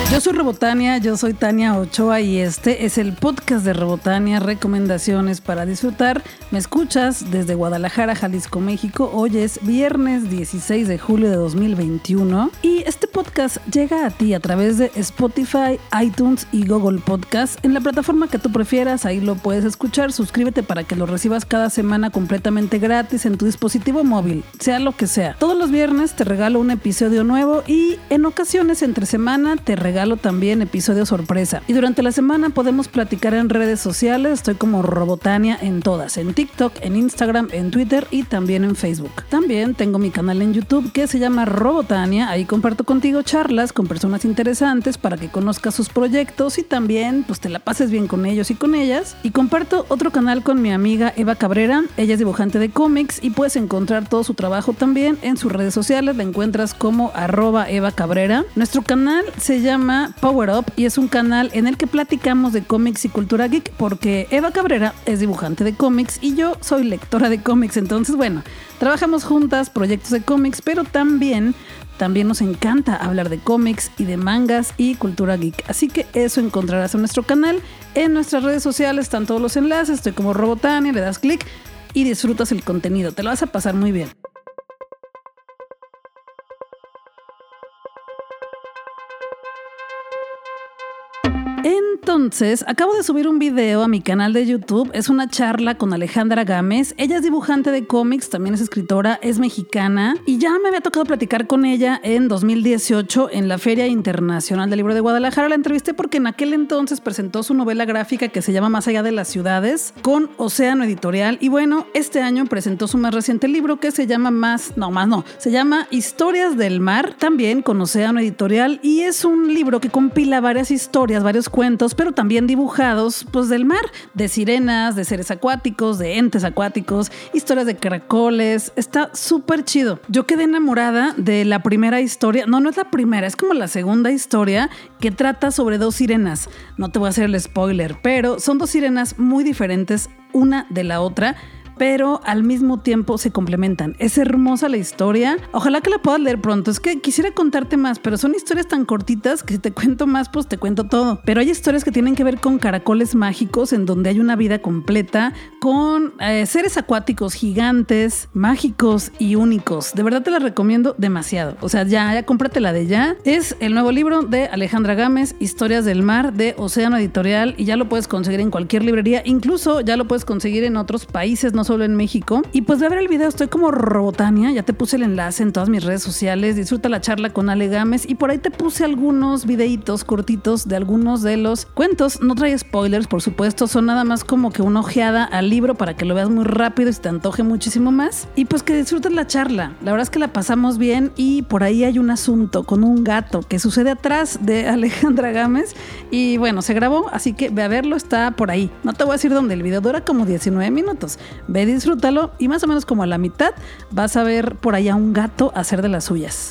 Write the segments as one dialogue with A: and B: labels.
A: Yo soy Robotania, yo soy Tania Ochoa y este es el podcast de Robotania, recomendaciones para disfrutar. Me escuchas desde Guadalajara, Jalisco, México. Hoy es viernes 16 de julio de 2021 y este podcast llega a ti a través de Spotify, iTunes y Google Podcast. En la plataforma que tú prefieras, ahí lo puedes escuchar. Suscríbete para que lo recibas cada semana completamente gratis en tu dispositivo móvil, sea lo que sea. Todos los viernes te regalo un episodio nuevo y en ocasiones entre semana te regalo también episodio sorpresa. Y durante la semana podemos platicar en redes sociales. Estoy como Robotania en todas, en TikTok, en Instagram, en Twitter y también en Facebook. También tengo mi canal en YouTube que se llama Robotania. Ahí comparto contigo charlas con personas interesantes para que conozcas sus proyectos y también pues te la pases bien con ellos y con ellas. Y comparto otro canal con mi amiga Eva Cabrera. Ella es dibujante de cómics y puedes encontrar todo su trabajo también en sus redes sociales. La encuentras como @Eva Cabrera. Nuestro canal se llama Power Up y es un canal en el que platicamos de cómics y cultura geek porque Eva Cabrera es dibujante de cómics y yo soy lectora de cómics. Entonces, bueno, trabajamos juntas proyectos de cómics, pero también nos encanta hablar de cómics y de mangas y cultura geek. Así que eso encontrarás en nuestro canal. En nuestras redes sociales están todos los enlaces. Estoy como Robotania, le das clic y disfrutas el contenido. Te lo vas a pasar muy bien. Entonces, acabo de subir un video a mi canal de YouTube. Es una charla con Alejandra Gámez. Ella es dibujante de cómics, también es escritora, es mexicana y ya me había tocado platicar con ella en 2018 en la Feria Internacional del Libro de Guadalajara. La entrevisté porque en aquel entonces presentó su novela gráfica que se llama Más allá de las ciudades con Océano Editorial y bueno, este año presentó su más reciente libro que se llama se llama Historias del Mar, también con Océano Editorial y es un libro que compila varias historias, varios cuentos, pero también dibujados pues del mar, de sirenas, de seres acuáticos, de entes acuáticos, historias de caracoles. Está súper chido. Yo quedé enamorada de la primera historia. No es la primera, es como la segunda historia que trata sobre dos sirenas. No te voy a hacer el spoiler, pero son dos sirenas muy diferentes una de la otra, pero al mismo tiempo se complementan. Es hermosa la historia. Ojalá que la puedas leer pronto. Es que quisiera contarte más, pero son historias tan cortitas que si te cuento más, pues te cuento todo. Pero hay historias que tienen que ver con caracoles mágicos, en donde hay una vida completa, con seres acuáticos gigantes, mágicos y únicos. De verdad te la recomiendo demasiado. O sea, ya cómpratela de ya. Es el nuevo libro de Alejandra Gámez, Historias del Mar, de Océano Editorial, y ya lo puedes conseguir en cualquier librería. Incluso ya lo puedes conseguir en otros países, no solo en México. Y pues ve a ver el video, estoy como Robotania, ya te puse el enlace en todas mis redes sociales, disfruta la charla con Ale Gámez y por ahí te puse algunos videitos cortitos de algunos de los cuentos. No trae spoilers, por supuesto, son nada más como que una ojeada al libro para que lo veas muy rápido y se te antoje muchísimo más. Y pues que disfrutes la charla, la verdad es que la pasamos bien y por ahí hay un asunto con un gato que sucede atrás de Alejandra Gámez y bueno, se grabó, así que ve a verlo, está por ahí. No te voy a decir dónde, el video dura como 19 minutos. Ve, disfrútalo y más o menos como a la mitad vas a ver por allá un gato hacer de las suyas.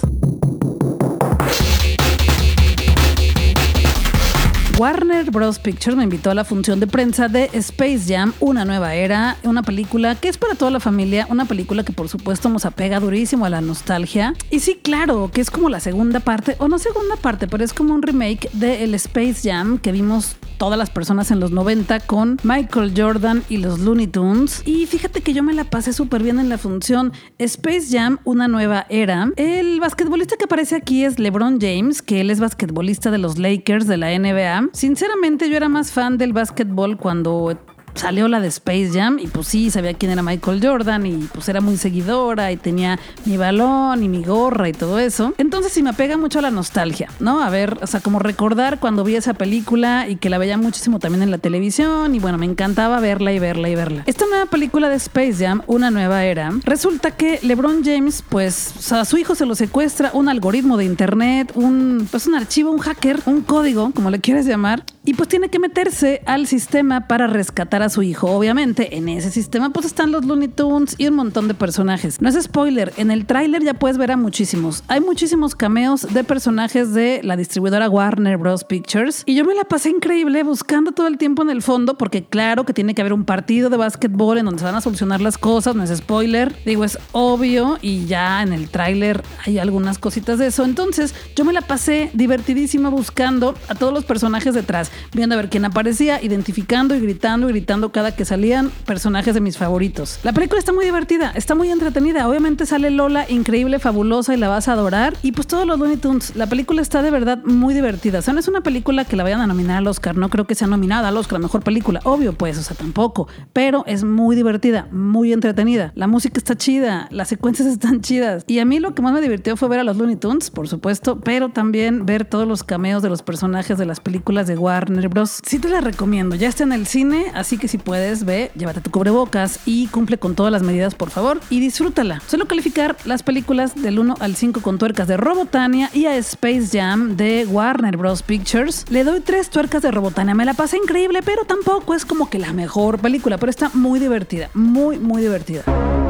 A: Warner Bros. Pictures me invitó a la función de prensa de Space Jam, Una Nueva Era, una película que es para toda la familia, una película que por supuesto nos apega durísimo a la nostalgia. Y sí, claro, que es como la segunda parte, o no segunda parte, pero es como un remake de el Space Jam que vimos todas las personas en los 90 con Michael Jordan y los Looney Tunes. Y fíjate que yo me la pasé súper bien en la función Space Jam, Una Nueva Era. El basquetbolista que aparece aquí es LeBron James, que él es basquetbolista de los Lakers de la NBA. Sinceramente yo era más fan del básquetbol cuando salió la de Space Jam y pues sí, sabía quién era Michael Jordan y pues era muy seguidora y tenía mi balón y mi gorra y todo eso. Entonces sí me apega mucho a la nostalgia, ¿no? A ver, o sea, como recordar cuando vi esa película y que la veía muchísimo también en la televisión y bueno, me encantaba verla y verla y verla. Esta nueva película de Space Jam, Una Nueva Era, resulta que LeBron James, pues a su hijo se lo secuestra un algoritmo de internet, un archivo, un hacker, un código, como le quieras llamar, y pues tiene que meterse al sistema para rescatar a a su hijo. Obviamente, en ese sistema pues están los Looney Tunes y un montón de personajes. No es spoiler, en el tráiler ya puedes ver a muchísimos. Hay muchísimos cameos de personajes de la distribuidora Warner Bros. Pictures y yo me la pasé increíble buscando todo el tiempo en el fondo porque claro que tiene que haber un partido de básquetbol en donde se van a solucionar las cosas, no es spoiler, digo, es obvio y ya en el tráiler hay algunas cositas de eso. Entonces yo me la pasé divertidísima buscando a todos los personajes detrás, viendo a ver quién aparecía, identificando y gritando cada que salían personajes de mis favoritos. La película está muy divertida, está muy entretenida. Obviamente sale Lola, increíble, fabulosa y la vas a adorar. Y pues todos los Looney Tunes. La película está de verdad muy divertida. O sea, no es una película que la vayan a nominar al Oscar. No creo que sea nominada al Oscar a mejor película. Obvio, pues, o sea, tampoco. Pero es muy divertida, muy entretenida. La música está chida, las secuencias están chidas. Y a mí lo que más me divirtió fue ver a los Looney Tunes, por supuesto, pero también ver todos los cameos de los personajes de las películas de Warner Bros. Sí te la recomiendo. Ya está en el cine, así que si puedes, ve, llévate tu cubrebocas y cumple con todas las medidas, por favor, y disfrútala. Suelo calificar las películas del 1 al 5 con tuercas de Robotania y a Space Jam de Warner Bros. Pictures. Le doy 3 tuercas de Robotania. Me la pasé increíble, pero tampoco es como que la mejor película, pero está muy divertida, muy, muy divertida.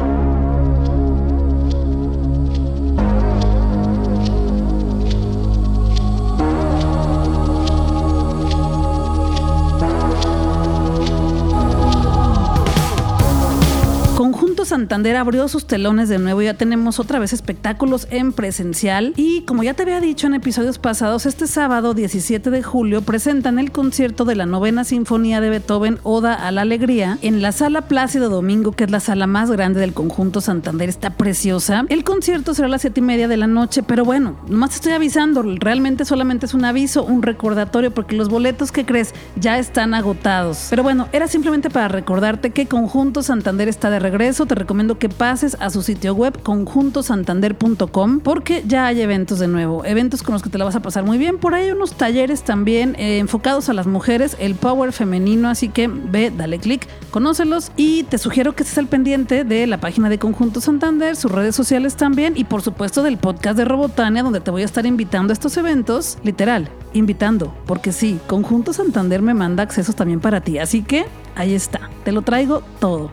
A: Santander abrió sus telones de nuevo, ya tenemos otra vez espectáculos en presencial y como ya te había dicho en episodios pasados, este sábado 17 de julio presentan el concierto de la 9ª Sinfonía de Beethoven, Oda a la Alegría, en la Sala Plácido Domingo, que es la sala más grande del conjunto Santander, está preciosa. El concierto será a las 7:30 de la noche, pero bueno, nomás te estoy avisando, realmente solamente es un aviso, un recordatorio, porque los boletos, ¿qué crees? Ya están agotados. Pero bueno, era simplemente para recordarte que Conjunto Santander está de regreso. Te recomiendo que pases a su sitio web conjuntosantander.com porque ya hay eventos de nuevo, eventos con los que te la vas a pasar muy bien. Por ahí hay unos talleres también enfocados a las mujeres, el power femenino, así que ve, dale click, conócelos y te sugiero que estés al pendiente de la página de Conjunto Santander, sus redes sociales también y por supuesto del podcast de Robotania, donde te voy a estar invitando a estos eventos, literal, invitando, porque sí, Conjunto Santander me manda accesos también para ti, así que ahí está, te lo traigo todo.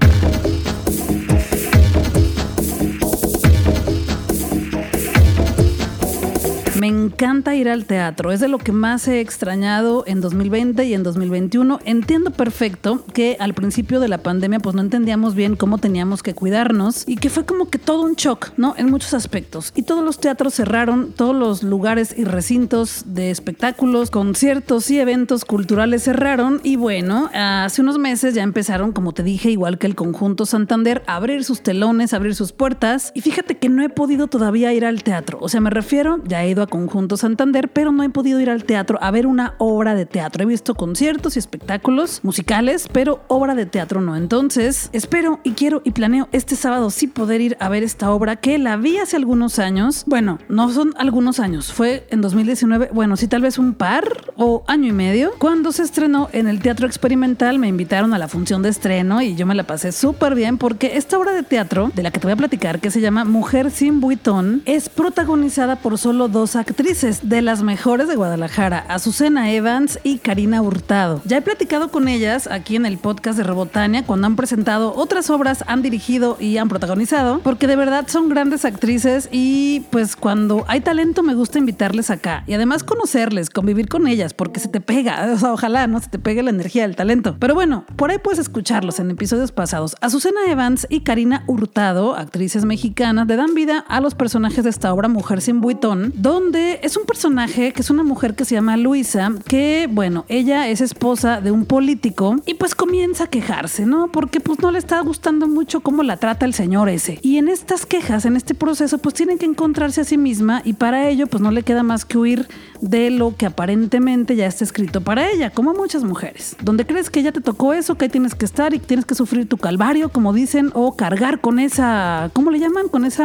A: Me encanta ir al teatro, es de lo que más he extrañado en 2020 y en 2021. Entiendo perfecto que al principio de la pandemia pues no entendíamos bien cómo teníamos que cuidarnos y que fue como que todo un shock, ¿no? En muchos aspectos. Y todos los teatros cerraron, todos los lugares y recintos de espectáculos, conciertos y eventos culturales cerraron y bueno, hace unos meses ya empezaron, como te dije, igual que el Conjunto Santander, a abrir sus telones, a abrir sus puertas y fíjate que no he podido todavía ir al teatro. O sea, me refiero, ya he ido a Conjunto Santander, pero no he podido ir al teatro a ver una obra de teatro. He visto conciertos y espectáculos musicales, pero obra de teatro no. Entonces, espero y quiero y planeo este sábado sí poder ir a ver esta obra que la vi hace algunos años. Bueno, no son algunos años, fue en 2019, bueno, sí tal vez un par o año y medio. Cuando se estrenó en el Teatro Experimental, me invitaron a la función de estreno y yo me la pasé súper bien porque esta obra de teatro, de la que te voy a platicar, que se llama Mujer sin Buitón, es protagonizada por solo 2 actrices de las mejores de Guadalajara, Azucena Evans y Karina Hurtado. Ya he platicado con ellas aquí en el podcast de Robotania cuando han presentado otras obras, han dirigido y han protagonizado, porque de verdad son grandes actrices y pues cuando hay talento me gusta invitarles acá y además conocerles, convivir con ellas, porque se te pega, o sea, ojalá no se te pegue la energía del talento. Pero bueno, por ahí puedes escucharlos en episodios pasados. Azucena Evans y Karina Hurtado, actrices mexicanas, le dan vida a los personajes de esta obra Mujer sin Buitón, donde es un personaje que es una mujer que se llama Luisa, que bueno, ella es esposa de un político y pues comienza a quejarse, ¿no? Porque pues no le está gustando mucho cómo la trata el señor ese. Y en estas quejas, en este proceso, pues tienen que encontrarse a sí misma y para ello pues no le queda más que huir de lo que aparentemente ya está escrito para ella, como muchas mujeres. Donde crees que ya te tocó eso, que ahí tienes que estar y tienes que sufrir tu calvario, como dicen, o cargar con esa, ¿cómo le llaman? Con esa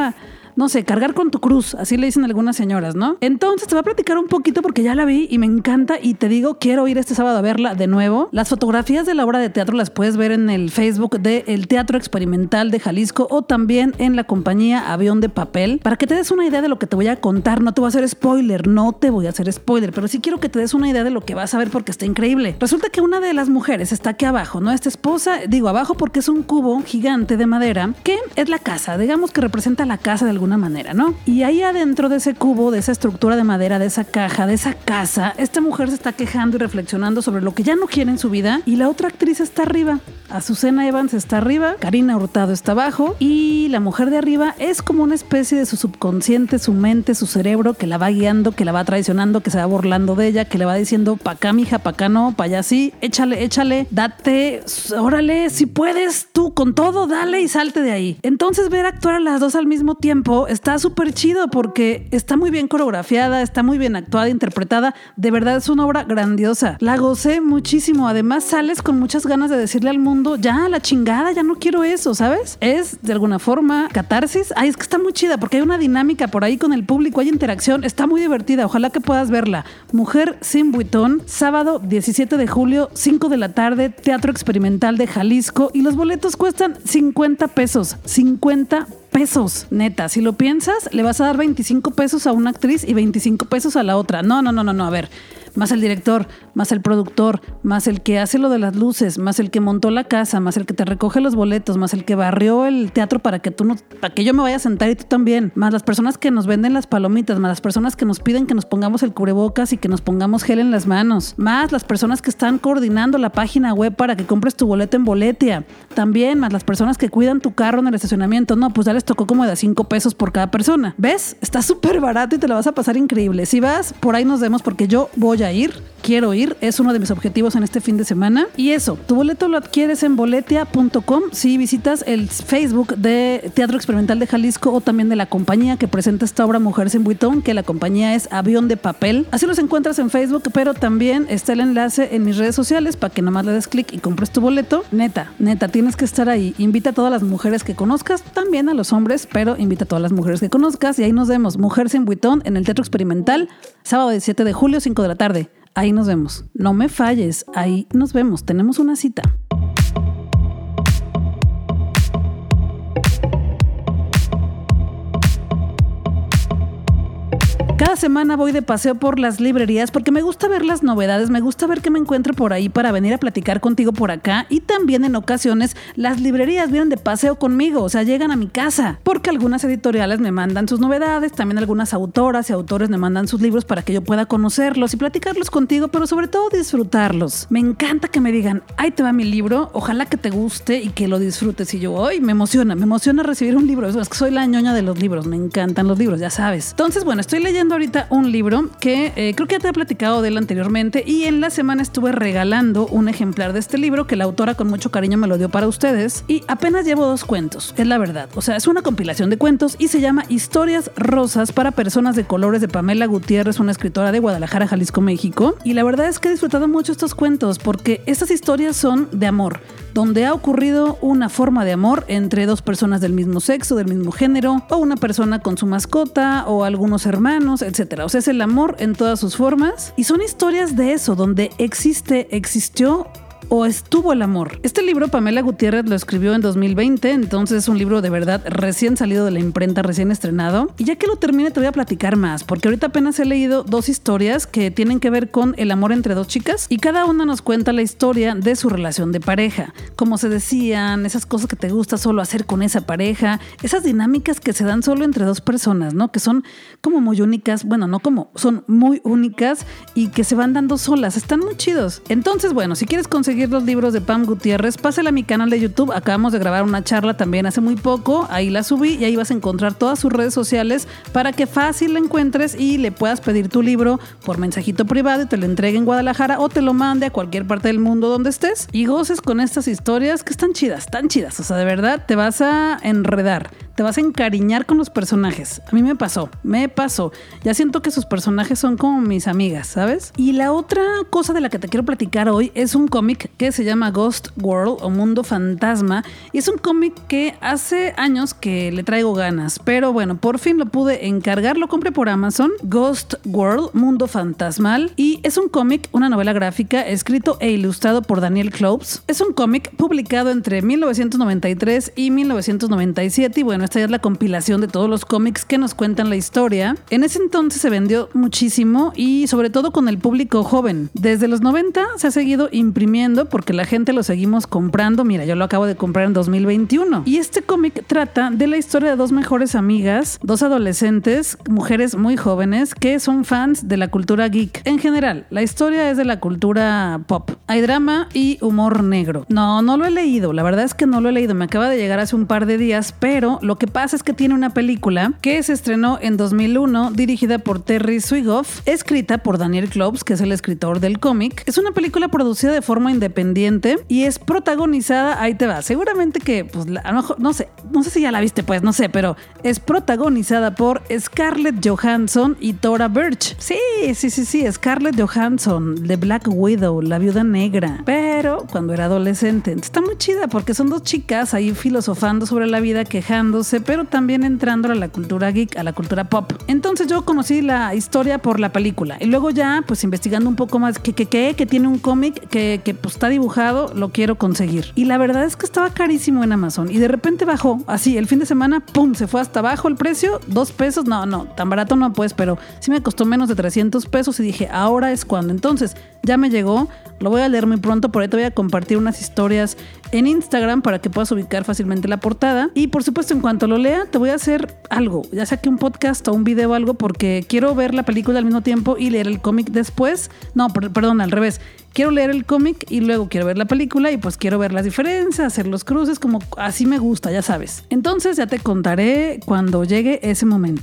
A: no sé, cargar con tu cruz, así le dicen algunas señoras, ¿no? Entonces te voy a platicar un poquito porque ya la vi y me encanta y te digo, quiero ir este sábado a verla de nuevo. Las fotografías de la obra de teatro las puedes ver en el Facebook del Teatro Experimental de Jalisco o también en la compañía Avión de Papel. Para que te des una idea de lo que te voy a contar, no te voy a hacer spoiler, pero sí quiero que te des una idea de lo que vas a ver porque está increíble. Resulta que una de las mujeres está aquí abajo, ¿no? Esta esposa, digo abajo porque es un cubo gigante de madera que es la casa, digamos que representa la casa de alguna manera, ¿no? Y ahí adentro de ese cubo, de esa estructura de madera, de esa caja, de esa casa, esta mujer se está quejando y reflexionando sobre lo que ya no quiere en su vida y la otra actriz está arriba. Azucena Evans está arriba, Karina Hurtado está abajo y la mujer de arriba es como una especie de su subconsciente, su mente, su cerebro que la va guiando, que la va traicionando, que se va burlando de ella, que le va diciendo pa' acá mija, pa' acá no, pa' allá sí, échale, date, órale, si puedes tú con todo, dale y salte de ahí. Entonces ver actuar a las dos al mismo tiempo está súper chido porque está muy bien coreografiada, está muy bien actuada, interpretada, de verdad es una obra grandiosa. La gocé muchísimo, además sales con muchas ganas de decirle al mundo, ya, la chingada, ya no quiero eso, ¿sabes? Es de alguna forma catarsis. Ay, es que está muy chida porque hay una dinámica por ahí con el público, hay interacción, está muy divertida, ojalá que puedas verla. Mujer sin buitón, sábado 17 de julio, 5 de la tarde, Teatro Experimental de Jalisco y los boletos cuestan 50 pesos, 50 pesos, neta, si lo piensas, le vas a dar 25 pesos a una actriz y 25 pesos a la otra. No, a ver, más el director, más el productor, más el que hace lo de las luces, más el que montó la casa, más el que te recoge los boletos, más el que barrió el teatro para que yo me vaya a sentar y tú también, más las personas que nos venden las palomitas, más las personas que nos piden que nos pongamos el cubrebocas y que nos pongamos gel en las manos, más las personas que están coordinando la página web para que compres tu boleto en Boletia, también más las personas que cuidan tu carro en el estacionamiento. No, pues ya les tocó como de 5 pesos por cada persona. ¿Ves? Está súper barato y te lo vas a pasar increíble. Si vas, por ahí nos vemos porque yo voy a ir. Quiero ir, es uno de mis objetivos en este fin de semana. Y eso, tu boleto lo adquieres en boletia.com si visitas el Facebook de Teatro Experimental de Jalisco o también de la compañía que presenta esta obra Mujer sin buitón, que la compañía es Avión de Papel. Así los encuentras en Facebook, pero también está el enlace en mis redes sociales para que nomás le des clic y compres tu boleto. Neta, tienes que estar ahí. Invita a todas las mujeres que conozcas, también a los hombres, pero invita a todas las mujeres que conozcas y ahí nos vemos. Mujer sin buitón en el Teatro Experimental, sábado 17 de julio, 5 de la tarde. Ahí nos vemos. No me falles. Ahí nos vemos. Tenemos una cita. Cada semana voy de paseo por las librerías porque me gusta ver las novedades, me gusta ver qué me encuentro por ahí para venir a platicar contigo por acá y también en ocasiones las librerías vienen de paseo conmigo, o sea, llegan a mi casa porque algunas editoriales me mandan sus novedades, también algunas autoras y autores me mandan sus libros para que yo pueda conocerlos y platicarlos contigo, pero sobre todo disfrutarlos. Me encanta que me digan, ahí te va mi libro, ojalá que te guste y que lo disfrutes. Y yo, ay, me emociona recibir un libro. Es que soy la ñoña de los libros, me encantan los libros, ya sabes. Entonces, bueno, estoy leyendo ahorita un libro que creo que ya te he platicado de él anteriormente y en la semana estuve regalando un ejemplar de este libro que la autora con mucho cariño me lo dio para ustedes y apenas llevo 2 cuentos, es la verdad. O sea, es una compilación de cuentos y se llama Historias Rosas para Personas de Colores de Pamela Gutiérrez, una escritora de Guadalajara, Jalisco, México. Y la verdad es que he disfrutado mucho estos cuentos porque estas historias son de amor, donde ha ocurrido una forma de amor entre 2 personas del mismo sexo, del mismo género, o una persona con su mascota, o algunos hermanos, etcétera. O sea, es el amor en todas sus formas. Y son historias de eso, donde existió o estuvo el amor. Este libro Pamela Gutiérrez lo escribió en 2020, entonces es un libro de verdad recién salido de la imprenta, recién estrenado. Y ya que lo termine te voy a platicar más, porque ahorita apenas he leído 2 historias que tienen que ver con el amor entre 2 chicas y cada una nos cuenta la historia de su relación de pareja, cómo se decían, esas cosas que te gusta solo hacer con esa pareja, esas dinámicas que se dan solo entre 2 personas, ¿no? Que son como muy únicas, bueno, no como, son muy únicas y que se van dando solas, están muy chidos. Entonces, bueno, si quieres conseguir los libros de Pam Gutiérrez, pásale a mi canal de YouTube. Acabamos de grabar una charla también hace muy poco, ahí la subí y ahí vas a encontrar todas sus redes sociales para que fácil la encuentres y le puedas pedir tu libro por mensajito privado y te lo entregue en Guadalajara o te lo mande a cualquier parte del mundo donde estés y goces con estas historias que están chidas, o sea, de verdad te vas a enredar, te vas a encariñar con los personajes. A mí me pasó. Ya siento que sus personajes son como mis amigas, ¿sabes? Y la otra cosa de la que te quiero platicar hoy es un cómic que se llama Ghost World o Mundo Fantasma. Y es un cómic que hace años que le traigo ganas, pero bueno, por fin lo pude encargar, lo compré por Amazon. Ghost World, Mundo Fantasmal. Y es un cómic, una novela gráfica, escrito e ilustrado por Daniel Clowes. Es un cómic publicado entre 1993 y 1997 y bueno, esta ya es la compilación de todos los cómics que nos cuentan la historia. En ese entonces se vendió muchísimo y sobre todo con el público joven. Desde los 90 se ha seguido imprimiendo porque la gente lo seguimos comprando. Mira, yo lo acabo de comprar en 2021. Y este cómic trata de la historia de dos mejores amigas, dos adolescentes, mujeres muy jóvenes que son fans de la cultura geek. En general, la historia es de la cultura pop. Hay drama y humor negro. No lo he leído. La verdad es que no lo he leído. Me acaba de llegar hace un par de días, pero lo que pasa es que tiene una película que se estrenó en 2001, dirigida por Terry Zwigoff, escrita por Daniel Clowes, que es el escritor del cómic. Es una película producida de forma independiente y es protagonizada, ahí te va, seguramente que, pues, a lo mejor, no sé si ya la viste, pues, no sé, pero es protagonizada por Scarlett Johansson y Thora Birch. Sí, Scarlett Johansson, de Black Widow, la viuda negra, pero cuando era adolescente. Está muy chida porque son dos chicas ahí filosofando sobre la vida, quejándose, pero también entrando a la cultura geek, a la cultura pop. Entonces yo conocí la historia por la película y luego ya, pues investigando un poco más, que tiene un cómic que pues está dibujado, lo quiero conseguir. Y la verdad es que estaba carísimo en Amazon y de repente bajó, así, el fin de semana, pum, se fue hasta abajo el precio, $2. No, tan barato no, pues, pero sí me costó menos de $300 y dije, ahora es cuando. Entonces, ya me llegó, lo voy a leer muy pronto, por ahí te voy a compartir unas historias en Instagram para que puedas ubicar fácilmente la portada. Y por supuesto, en cuanto lo lea, te voy a hacer algo, ya sea que un podcast o un video o algo, porque quiero ver la película al mismo tiempo y leer el cómic después. No, perdón, al revés. Quiero leer el cómic y luego quiero ver la película y pues quiero ver las diferencias, hacer los cruces, como así me gusta, ya sabes. Entonces ya te contaré cuando llegue ese momento.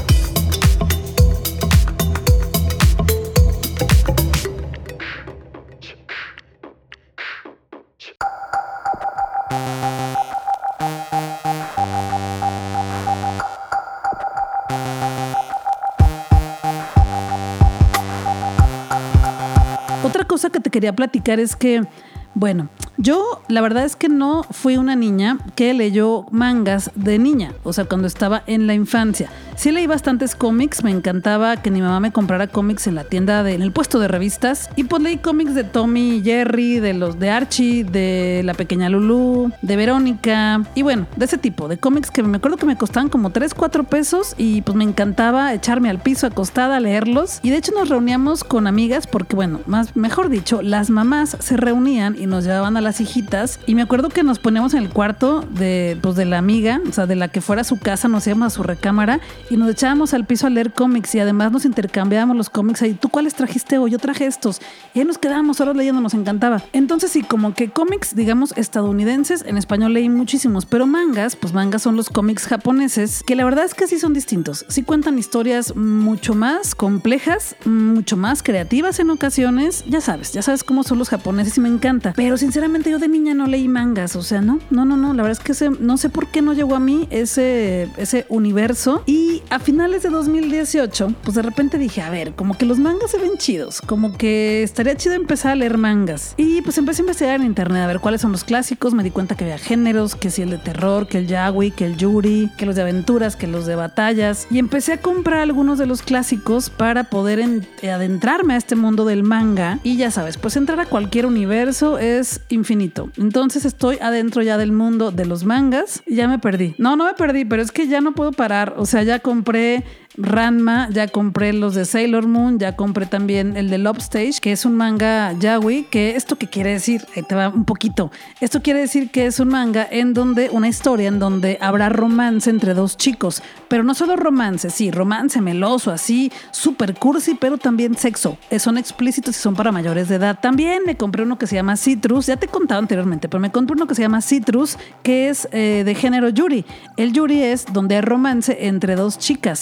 A: Otra cosa que te quería platicar es que, bueno, yo la verdad es que no fui una niña que leyó mangas de niña, o sea, cuando estaba en la infancia. Sí leí bastantes cómics, me encantaba que mi mamá me comprara cómics en la tienda, en el puesto de revistas, y pues leí cómics de Tommy y Jerry, de los de Archie, de La Pequeña Lulú, de Verónica, y bueno, de ese tipo de cómics que me acuerdo que me costaban como $3-4 y pues me encantaba echarme al piso acostada a leerlos. Y de hecho nos reuníamos con amigas porque, bueno, mejor dicho, las mamás se reunían y nos llevaban a las hijitas, y me acuerdo que nos poníamos en el cuarto de la amiga, o sea, de la que fuera a su casa, nos íbamos a su recámara y nos echábamos al piso a leer cómics y además nos intercambiábamos los cómics ahí. ¿Tú cuáles trajiste hoy? Yo traje estos. Y ahí nos quedábamos horas leyendo, nos encantaba. Entonces sí, como que cómics, digamos, estadounidenses, en español leí muchísimos, pero mangas son los cómics japoneses, que la verdad es que sí son distintos. Sí cuentan historias mucho más complejas, mucho más creativas en ocasiones. Ya sabes cómo son los japoneses y me encanta. Pero sinceramente yo de niña no leí mangas, o sea, no. La verdad es que no sé por qué no llegó a mí ese universo. Y a finales de 2018, pues de repente dije, a ver, como que los mangas se ven chidos, como que estaría chido empezar a leer mangas. Y pues empecé a investigar en internet a ver cuáles son los clásicos. Me di cuenta que había géneros, que sí, el de terror, que el yaoi, que el yuri, que los de aventuras, que los de batallas. Y empecé a comprar algunos de los clásicos para poder adentrarme a este mundo del manga. Y ya sabes, pues entrar a cualquier universo es infinito. Entonces estoy adentro ya del mundo de los mangas y ya me perdí. No me perdí, pero es que ya no puedo parar. O sea, ya compré Ranma, ya compré los de Sailor Moon, ya compré también el de Love Stage, que es un manga yaoi, que ¿esto qué quiere decir? Ahí te va un poquito. Esto quiere decir que es un manga una historia en donde habrá romance entre dos chicos, pero no solo romance, sí, romance meloso, así, super cursi, pero también sexo. Son explícitos y son para mayores de edad. También me compré uno que se llama Citrus, ya te he contado anteriormente, pero me compré uno que se llama Citrus, que es de género yuri. El yuri es donde hay romance entre dos chicas, y sí,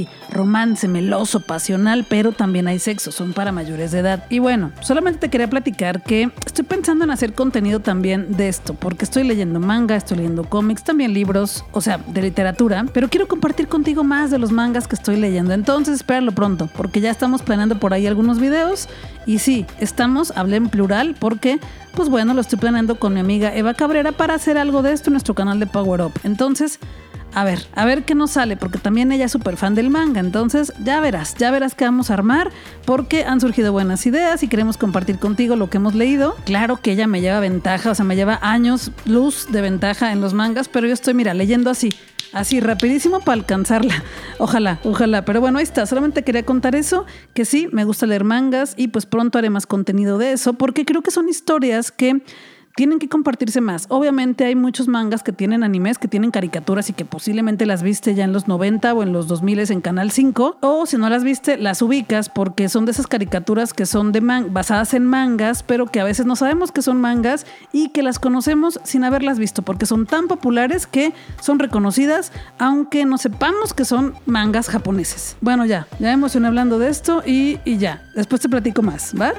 A: así romance, meloso, pasional, pero también hay sexo, son para mayores de edad. Y bueno, solamente te quería platicar que estoy pensando en hacer contenido también de esto, porque estoy leyendo manga, estoy leyendo cómics, también libros, o sea, de literatura, pero quiero compartir contigo más de los mangas que estoy leyendo. Entonces espéralo pronto, porque ya estamos planeando por ahí algunos videos. Y sí, hablé en plural porque, pues bueno, lo estoy planeando con mi amiga Eva Cabrera para hacer algo de esto en nuestro canal de Power Up. Entonces, a ver qué nos sale, porque también ella es súper fan del manga. Entonces ya verás qué vamos a armar, porque han surgido buenas ideas y queremos compartir contigo lo que hemos leído. Claro que ella me lleva ventaja, o sea, me lleva años luz de ventaja en los mangas, pero yo estoy, leyendo así rapidísimo para alcanzarla. Ojalá. Pero bueno, ahí está. Solamente quería contar eso, que sí, me gusta leer mangas y pues pronto haré más contenido de eso, porque creo que son historias que tienen que compartirse más. Obviamente hay muchos mangas que tienen animes, que tienen caricaturas y que posiblemente las viste ya en los 90 o en los 2000 en Canal 5, o si no las viste, las ubicas porque son de esas caricaturas que son basadas en mangas, pero que a veces no sabemos que son mangas y que las conocemos sin haberlas visto, porque son tan populares que son reconocidas, aunque no sepamos que son mangas japoneses. Bueno, ya me emocioné hablando de esto y ya. Después te platico más, ¿va?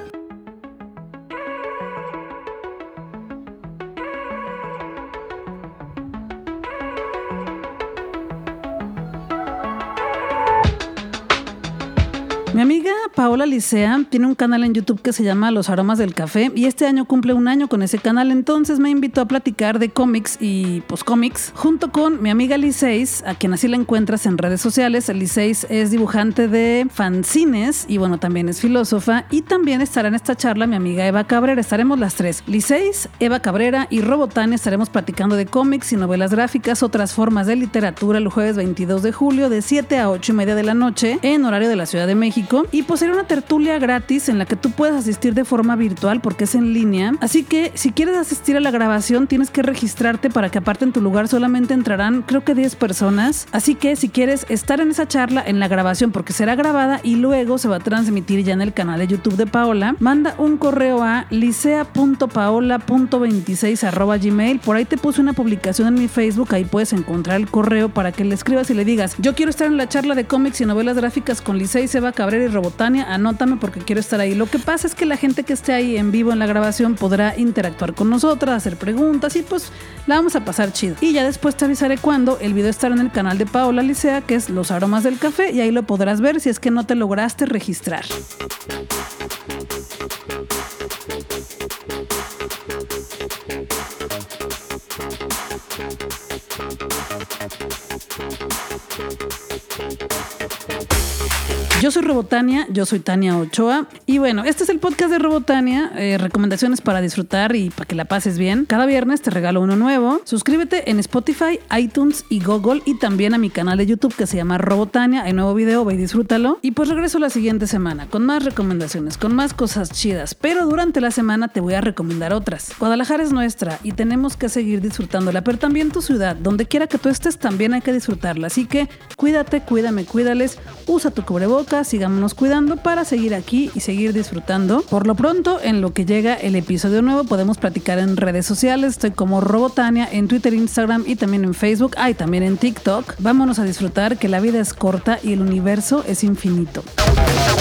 A: Mi amiga Paola Licea tiene un canal en YouTube que se llama Los Aromas del Café y este año cumple un año con ese canal, entonces me invitó a platicar de cómics y cómics junto con mi amiga Liceis, a quien así la encuentras en redes sociales. Liceis es dibujante de fanzines y bueno, también es filósofa, y también estará en esta charla mi amiga Eva Cabrera. Estaremos las tres, Liceis, Eva Cabrera y Robotania. Estaremos platicando de cómics y novelas gráficas, otras formas de literatura, el jueves 22 de julio de 7 a 8:30 de la noche en horario de la Ciudad de México. Y pues será una tertulia gratis en la que tú puedes asistir de forma virtual porque es en línea. Así que si quieres asistir a la grabación tienes que registrarte para que aparte en tu lugar solamente entrarán creo que 10 personas. Así que si quieres estar en esa charla, en la grabación, porque será grabada y luego se va a transmitir ya en el canal de YouTube de Paola, manda un correo a licea.paola.26@gmail. Por ahí te puse una publicación en mi Facebook, ahí puedes encontrar el correo para que le escribas y le digas: yo quiero estar en la charla de cómics y novelas gráficas con Liceis, Eva Cabrera y Robotania, anótame porque quiero estar ahí. Lo que pasa es que la gente que esté ahí en vivo en la grabación podrá interactuar con nosotras, hacer preguntas y pues la vamos a pasar chido. Y ya después te avisaré cuando el video estará en el canal de Paola Licea, que es Los Aromas del Café, y ahí lo podrás ver si es que no te lograste registrar. Yo soy Robotania, yo soy Tania Ochoa y bueno, este es el podcast de Robotania, recomendaciones para disfrutar y para que la pases bien. Cada viernes te regalo uno nuevo. Suscríbete en Spotify, iTunes y Google y también a mi canal de YouTube que se llama Robotania. Hay nuevo video, ve y disfrútalo. Y pues regreso la siguiente semana con más recomendaciones, con más cosas chidas, pero durante la semana te voy a recomendar otras. Guadalajara es nuestra y tenemos que seguir disfrutándola, pero también tu ciudad, donde quiera que tú estés también hay que disfrutarla. Así que cuídate, cuídame, cuídales, usa tu cubrebocas, sigámonos cuidando para seguir aquí y seguir disfrutando. Por lo pronto, en lo que llega el episodio nuevo, podemos platicar en redes sociales. Estoy como Robotania en Twitter, Instagram y también en Facebook. Y también en TikTok. Vámonos a disfrutar, que la vida es corta y el universo es infinito.